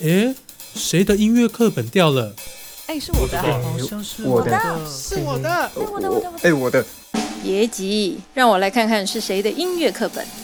诶，谁的音乐课本掉了？ 是我的， 好像是我的， 是我的， 我的。 别急，让我来看看是谁的音乐课本。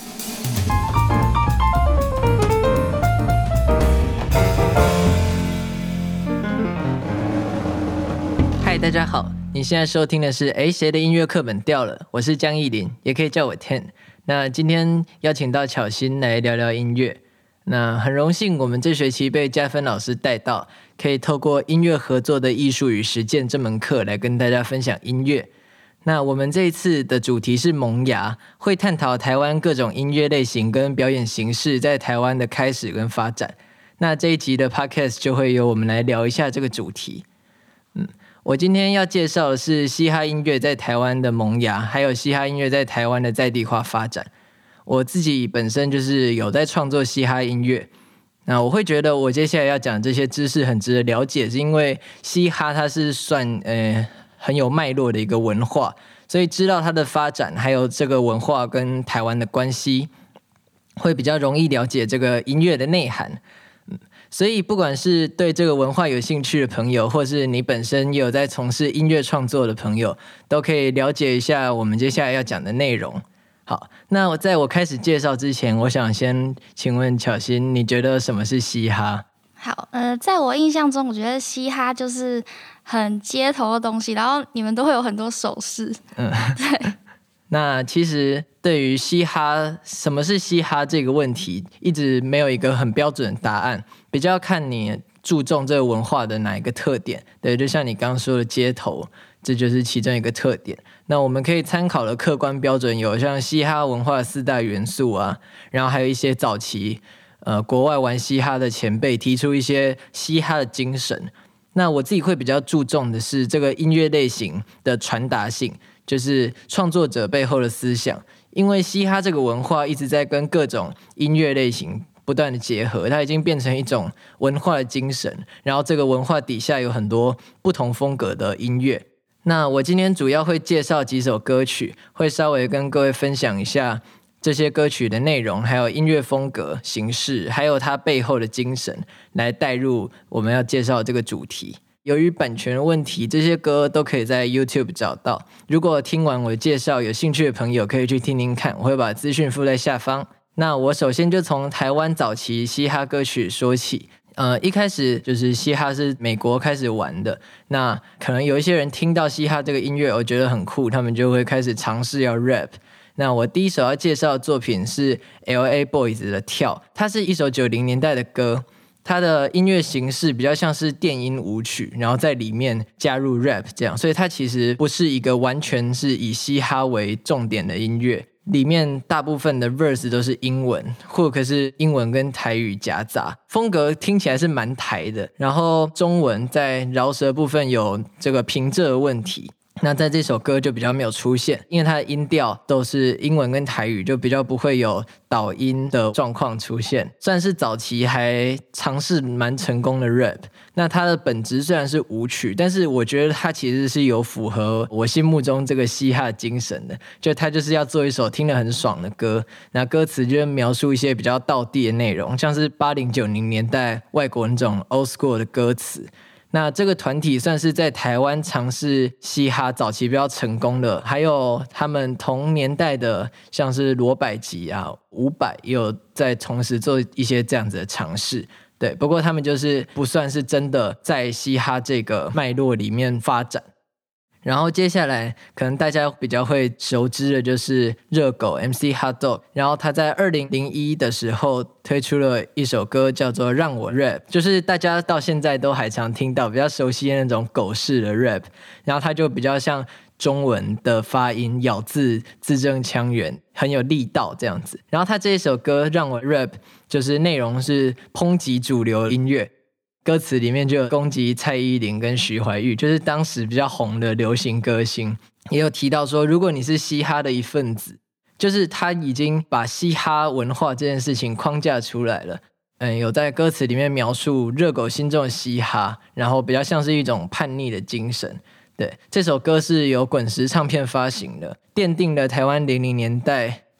嗨，大家好，你现在收听的是谁的音乐课本掉了？我是江奕霖，也可以叫我 Ten。那今天邀请到巧心来聊聊音乐。那很荣幸，我们这学期被嘉芬老师带到，可以透过音乐合作的艺术与实践这门课来跟大家分享音乐。那我们这一次的主题是萌芽，会探讨台湾各种音乐类型跟表演形式在台湾的开始跟发展。那这一集的 podcast 就会由我们来聊一下这个主题。我今天要介绍的是嘻哈音乐在台湾的萌芽，还有嘻哈音乐在台湾的在地化发展。我自己本身就是有在创作嘻哈音乐，那我会觉得我接下来要讲这些知识很值得了解，是因为嘻哈它是算很有脉络的一个文化，所以知道它的发展还有这个文化跟台湾的关系，会比较容易了解这个音乐的内涵。所以不管是对这个文化有兴趣的朋友，或是你本身也有在从事音乐创作的朋友，都可以了解一下我们接下来要讲的内容。好，那在我开始介绍之前，我想先请问巧心，你觉得什么是嘻哈？ 好，在我印象中，我觉得嘻哈就是很街头的东西，然后你们都会有很多手势。对。 那其实对于嘻哈，什么是嘻哈这个问题，一直没有一个很标准的答案，比较看你注重这个文化的哪一个特点。对，就像你刚刚说的街头，这就是其中一个特点。那我们可以参考的客观标准有像嘻哈文化4大元素啊，然后还有一些早期国外玩嘻哈的前辈提出一些嘻哈的精神。那我自己会比较注重的是这个音乐类型的传达性，就是创作者背后的思想。因为嘻哈这个文化一直在跟各种音乐类型不断的结合，它已经变成一种文化的精神，然后这个文化底下有很多不同风格的音乐。那我今天主要会介绍几首歌曲，会稍微跟各位分享一下这些歌曲的内容，还有音乐风格、形式，还有它背后的精神，来带入我们要介绍的这个主题。由于版权的问题，这些歌都可以在 YouTube 找到。如果听完我的介绍，有兴趣的朋友可以去听听看，我会把资讯附在下方。那我首先就从台湾早期嘻哈歌曲说起。一开始就是嘻哈是美国开始玩的，那可能有一些人听到嘻哈这个音乐，我觉得很酷，他们就会开始尝试要 rap。那我第一首要介绍的作品是 LA Boys 的跳，它是一首90年代的歌，它的音乐形式比较像是电音舞曲，然后在里面加入 rap 这样，所以它其实不是一个完全是以嘻哈为重点的音乐。里面大部分的 verse 都是英文，或者是英文跟台语夹杂，风格听起来是蛮台的。然后中文在饶舌部分有这个平仄的问题，那在这首歌就比较没有出现，因为它的音调都是英文跟台语，就比较不会有导音的状况出现，算是早期还尝试蛮成功的 rap。 那它的本质虽然是舞曲，但是我觉得它其实是有符合我心目中这个嘻哈精神的，就它就是要做一首听得很爽的歌，那歌词就描述一些比较道地的内容，像是80、90年代外国那种 old school 的歌词。那这个团体算是在台湾尝试嘻哈早期比较成功的，还有他们同年代的像是罗百吉啊、伍佰也有在同时做一些这样子的尝试。对，不过他们就是不算是真的在嘻哈这个脉络里面发展。然后接下来可能大家比较会熟知的就是热狗 MC Hotdog， 然后他在2001的时候推出了一首歌叫做让我 rap， 就是大家到现在都还常听到比较熟悉的那种狗式的 rap， 然后它就比较像中文的发音，咬字字正腔圆，很有力道这样子。然后他这一首歌让我 rap 就是内容是抨击主流音乐，歌词里面就有攻击蔡依林跟徐怀钰，就是当时比较红的流行歌星，也有提到说如果你是嘻哈的一份子，就是他已经把嘻哈文化这件事情框架出来了。有在歌词里面描述热狗心中的嘻哈，然后比较像是一种叛逆的精神。对，这首歌是由滚石唱片发行的，奠定了台湾00年代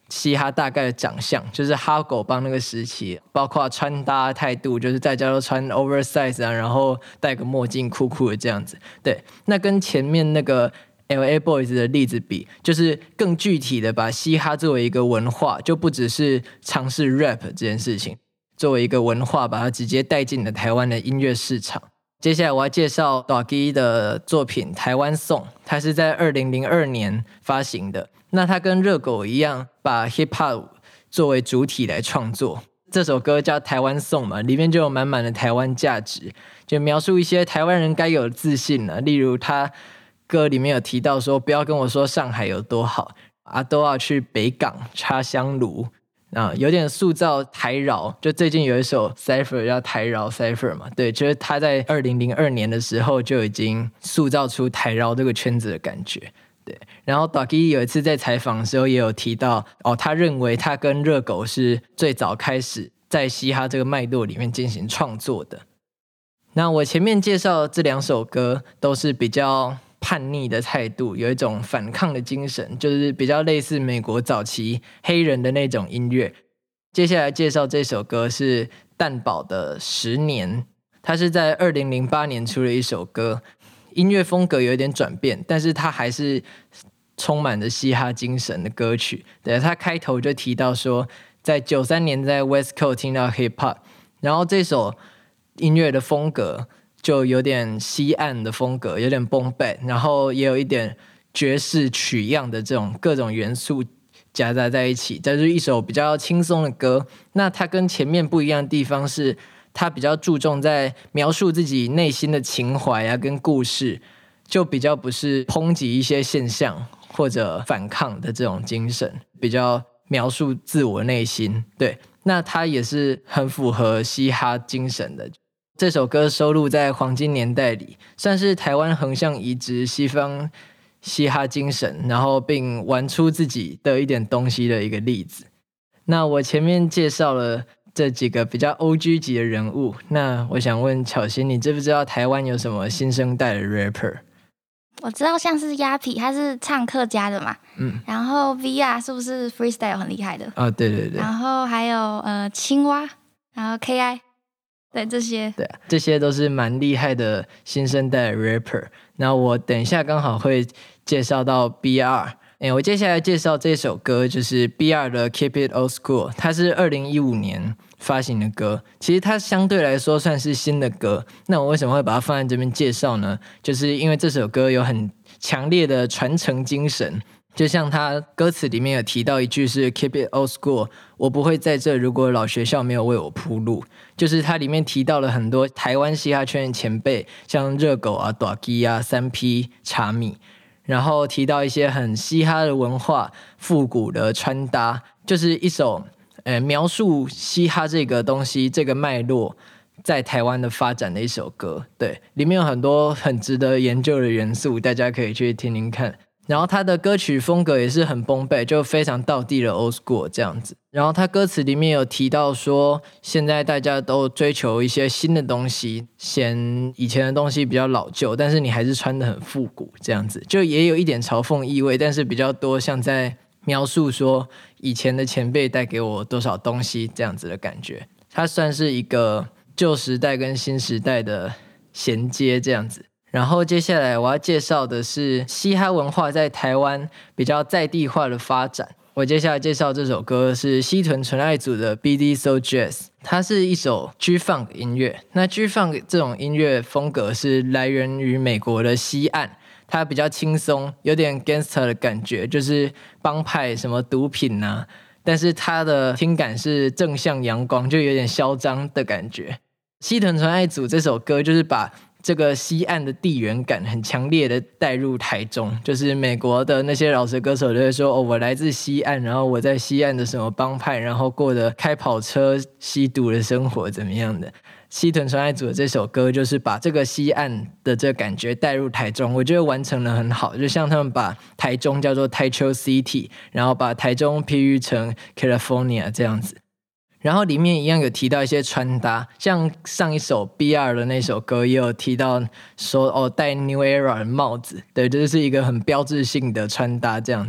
嘻哈大概的长相，就是哈狗帮那个时期，包括穿搭态度，就是大家都穿 oversize 啊，然后戴个墨镜酷酷的这样子。对，那跟前面那个 LA Boys 的例子比，就是更具体的把嘻哈作为一个文化，就不只是尝试 rap 这件事情，作为一个文化把它直接带进了台湾的音乐市场。接下来我要介绍 Doggy 的作品《台湾颂》，它是在2002年发行的。那它跟热狗一样，把 hip hop 作为主体来创作。这首歌叫《台湾颂》嘛，里面就有满满的台湾价值，就描述一些台湾人该有的自信啊。例如他歌里面有提到说，不要跟我说上海有多好啊，都要去北港插香炉。有点塑造台饶，就最近有一首 Cypher 叫台饶 Cypher 嘛，对，就是他在2002年的时候就已经塑造出台饶这个圈子的感觉，对。然后 Doggy 有一次在采访的时候也有提到，他认为他跟热狗是最早开始在嘻哈这个脉络里面进行创作的。那我前面介绍的这2首歌都是比较叛逆的态度，有一种反抗的精神，就是比较类似美国早期黑人的那种音乐。接下来介绍这首歌是蛋堡的《10年》，它是在2008年出了一首歌，音乐风格有一点转变，但是它还是充满着嘻哈精神的歌曲。对，它开头就提到说，在93年在 West Coast 听到 hip hop， 然后这首音乐的风格就有点西岸的风格，有点boom bap，然后也有一点爵士曲样的这种各种元素夹杂在一起，这就是一首比较轻松的歌。那它跟前面不一样的地方是，它比较注重在描述自己内心的情怀啊跟故事，就比较不是抨击一些现象或者反抗的这种精神，比较描述自我内心。对，那它也是很符合嘻哈精神的。这首歌收录在《黄金年代》里，算是台湾横向移植西方嘻哈精神，然后并玩出自己的一点东西的一个例子。那我前面介绍了这几个比较 OG 级的人物，那我想问巧芯，你知不知道台湾有什么新生代的 rapper？ 我知道像是鸭皮，他是唱客家的嘛，然后 VR 是不是 freestyle 很厉害的？ 对对对。 然后还有青蛙，然后 KI。对，这些这些都是蛮厉害的新生代的 rapper。那我等一下刚好会介绍到 BR。我接下来介绍这首歌就是 BR 的 Keep It Old School， 它是2015年发行的歌，其实它相对来说算是新的歌。那我为什么会把它放在这边介绍呢？就是因为这首歌有很强烈的传承精神。就像他歌词里面有提到一句是 Keep it old school， 我不会在这如果老学校没有为我铺路，就是它里面提到了很多台湾嘻哈圈的前辈，像热狗啊、Doggy啊、3P、茶米，然后提到一些很嘻哈的文化、复古的穿搭，就是一首描述嘻哈这个东西这个脉络在台湾的发展的一首歌。对，里面有很多很值得研究的元素，大家可以去听听看。然后他的歌曲风格也是很崩溃，就非常道地的 old school 这样子。然后他歌词里面有提到说，现在大家都追求一些新的东西，嫌以前的东西比较老旧，但是你还是穿得很复古这样子，就也有一点嘲讽意味，但是比较多像在描述说以前的前辈带给我多少东西这样子的感觉。它算是一个旧时代跟新时代的衔接这样子。然后接下来我要介绍的是嘻哈文化在台湾比较在地化的发展。我接下来介绍这首歌是西屯纯爱组的 BD So Jazz， 它是一首 G-Funk 音乐。那 G-Funk 这种音乐风格是来源于美国的西岸，它比较轻松，有点 gangster 的感觉，就是帮派什么毒品啊，但是它的听感是正向阳光，就有点嚣张的感觉。西屯纯爱组这首歌就是把这个西岸的地缘感很强烈的带入台中，就是美国的那些饶舌歌手就会说，我来自西岸，然后我在西岸的什么帮派，然后过的开跑车吸毒的生活怎么样的。西屯纯爱组的这首歌就是把这个西岸的这个感觉带入台中，我觉得完成得很好。就像他们把台中叫做台州 City， 然后把台中譬喻成 California 这样子。然后里面一样有提到一些穿搭，像上一首 BR 的那首歌也有提到说戴 New Era 的帽子，对，这就是一个很标志性的穿搭这样子。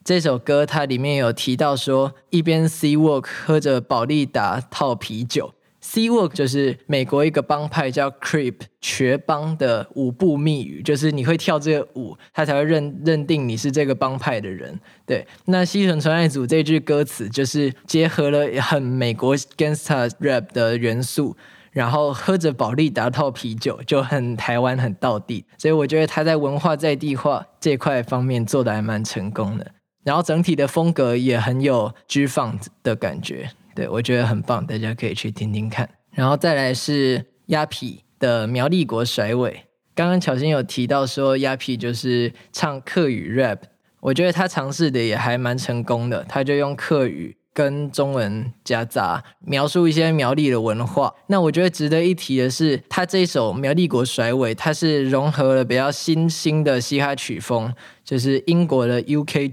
这首歌它里面有提到说，一边 Sea Walk 喝着保利达套啤酒。Sea Walk 就是美国一个帮派叫 Creep 瘸帮的舞步密语，就是你会跳这个舞，他才会认定你是这个帮派的人。对，那西城纯爱组这句歌词就是结合了很美国 Gangsta Rap 的元素，然后喝着保利达套啤酒，就很台湾很道地，所以我觉得他在文化在地化这块方面做得还蛮成功的，然后整体的风格也很有 G-Funk 的感觉，对，我觉得很棒，大家可以去听听看。然后再来是鸭皮的苗栗国甩尾，刚刚巧心有提到说鸭皮就是唱客语 rap， 我觉得他尝试的也还蛮成功的，他就用客语跟中文夹杂描述一些苗栗的文化。那我觉得值得一提的是，他这一首苗栗国甩尾，它是融合了比较新兴的嘻哈曲风，就是英国的 UK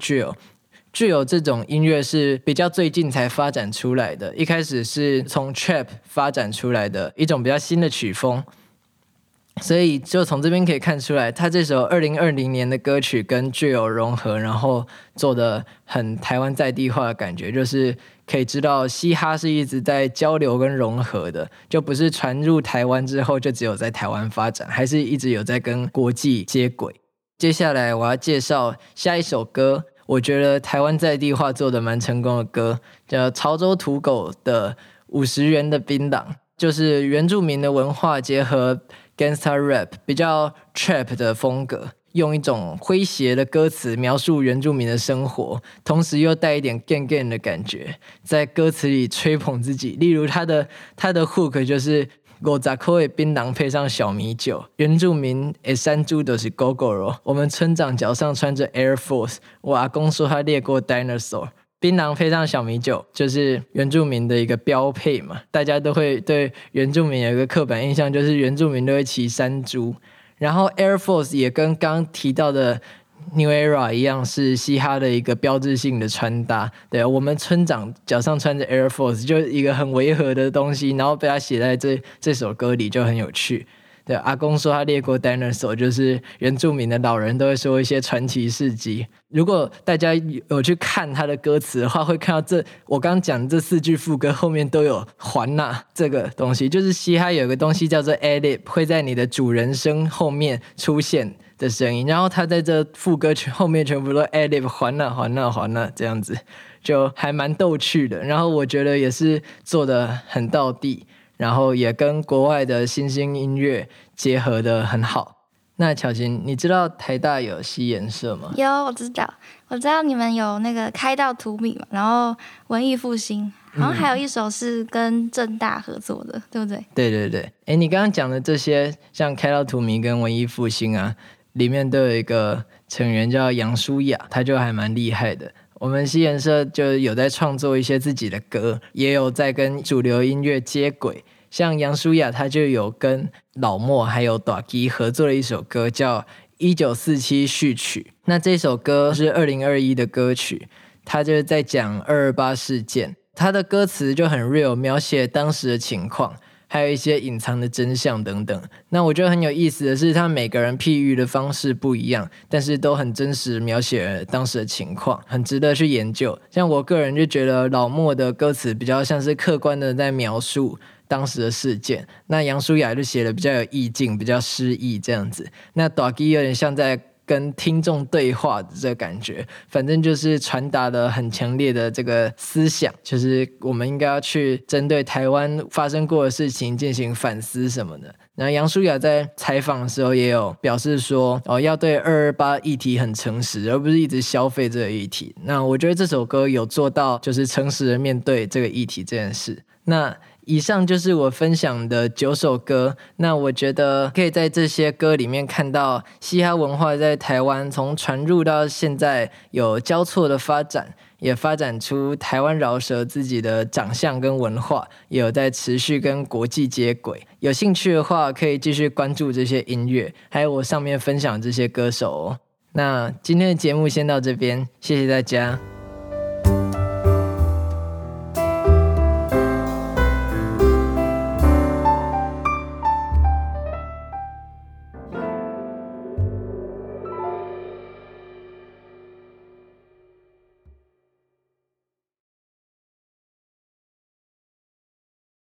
Drill 这种音乐是比较最近才发展出来的，一开始是从 Trap 发展出来的一种比较新的曲风，所以就从这边可以看出来，他这首2020年的歌曲跟 Drill 融合，然后做的很台湾在地化的感觉，就是可以知道嘻哈是一直在交流跟融合的，就不是传入台湾之后就只有在台湾发展，还是一直有在跟国际接轨。接下来我要介绍下一首歌，我觉得台湾在地化做的蛮成功的歌，叫潮州土狗的50元的槟榔，就是原住民的文化结合 Gangsta Rap 比较 Trap 的风格，用一种诙谐的歌词描述原住民的生活，同时又带一点 gang 的感觉，在歌词里吹捧自己。例如他的 hook 就是50块的槟榔配上小米酒，原住民的山猪都是狗狗肉，我们村长脚上穿着 Air Force， 我阿公说他猎过 Dinosaur。 槟榔配上小米酒就是原住民的一个标配嘛，大家都会对原住民有一个刻板印象，就是原住民都会骑山猪，然后 Air Force 也跟刚提到的New Era 一样，是嘻哈的一个标志性的穿搭。对，我们村长脚上穿着 Air Force 就一个很违和的东西，然后被他写在这首歌里就很有趣。对，阿公说他猎过 Dinosaur， 就是原住民的老人都会说一些传奇事迹。如果大家有去看他的歌词的话，会看到我刚刚讲这4句副歌后面都有环纳这个东西，就是嘻哈有一个东西叫做 ad-lib， 会在你的主人声后面出现的声音，然后他在这副歌后面全部都 ad-lib 环纳这样子，就还蛮逗趣的。然后我觉得也是做得很道地，然后也跟国外的新兴音乐结合得很好。那巧琴，你知道台大有西研社吗？ 有，我知道你们有那个开到土米嘛，然后文艺复兴，好像还有一首是跟政大合作的，对不对？ 对，你刚刚讲的这些，像开到土米跟文艺复兴啊，里面都有一个成员叫杨舒雅，他就还蛮厉害的。我们西研社就有在创作一些自己的歌，也有在跟主流音乐接轨。像杨舒雅，他就有跟老莫还有大基合作了一首歌，叫《1947序曲》。那这首歌是2021的歌曲，他就是在讲228事件。他的歌词就很 real， 描写当时的情况，还有一些隐藏的真相等等。那我觉得很有意思的是，他每个人譬喻的方式不一样，但是都很真实描写了当时的情况，很值得去研究。像我个人就觉得老莫的歌词比较像是客观的在描述当时的事件，那杨舒雅就写的比较有意境，比较诗意这样子。那大基有点像在跟听众对话的这个感觉，反正就是传达了很强烈的这个思想，就是我们应该要去针对台湾发生过的事情进行反思什么的。然后杨舒雅在采访的时候也有表示说，要对228议题很诚实，而不是一直消费这个议题。那我觉得这首歌有做到，就是诚实的面对这个议题这件事。那以上就是我分享的9首歌，那我觉得可以在这些歌里面看到嘻哈文化在台湾从传入到现在有交错的发展，也发展出台湾饶舌自己的长相跟文化，也有在持续跟国际接轨。有兴趣的话可以继续关注这些音乐，还有我上面分享这些歌手哦。那今天的节目先到这边，谢谢大家。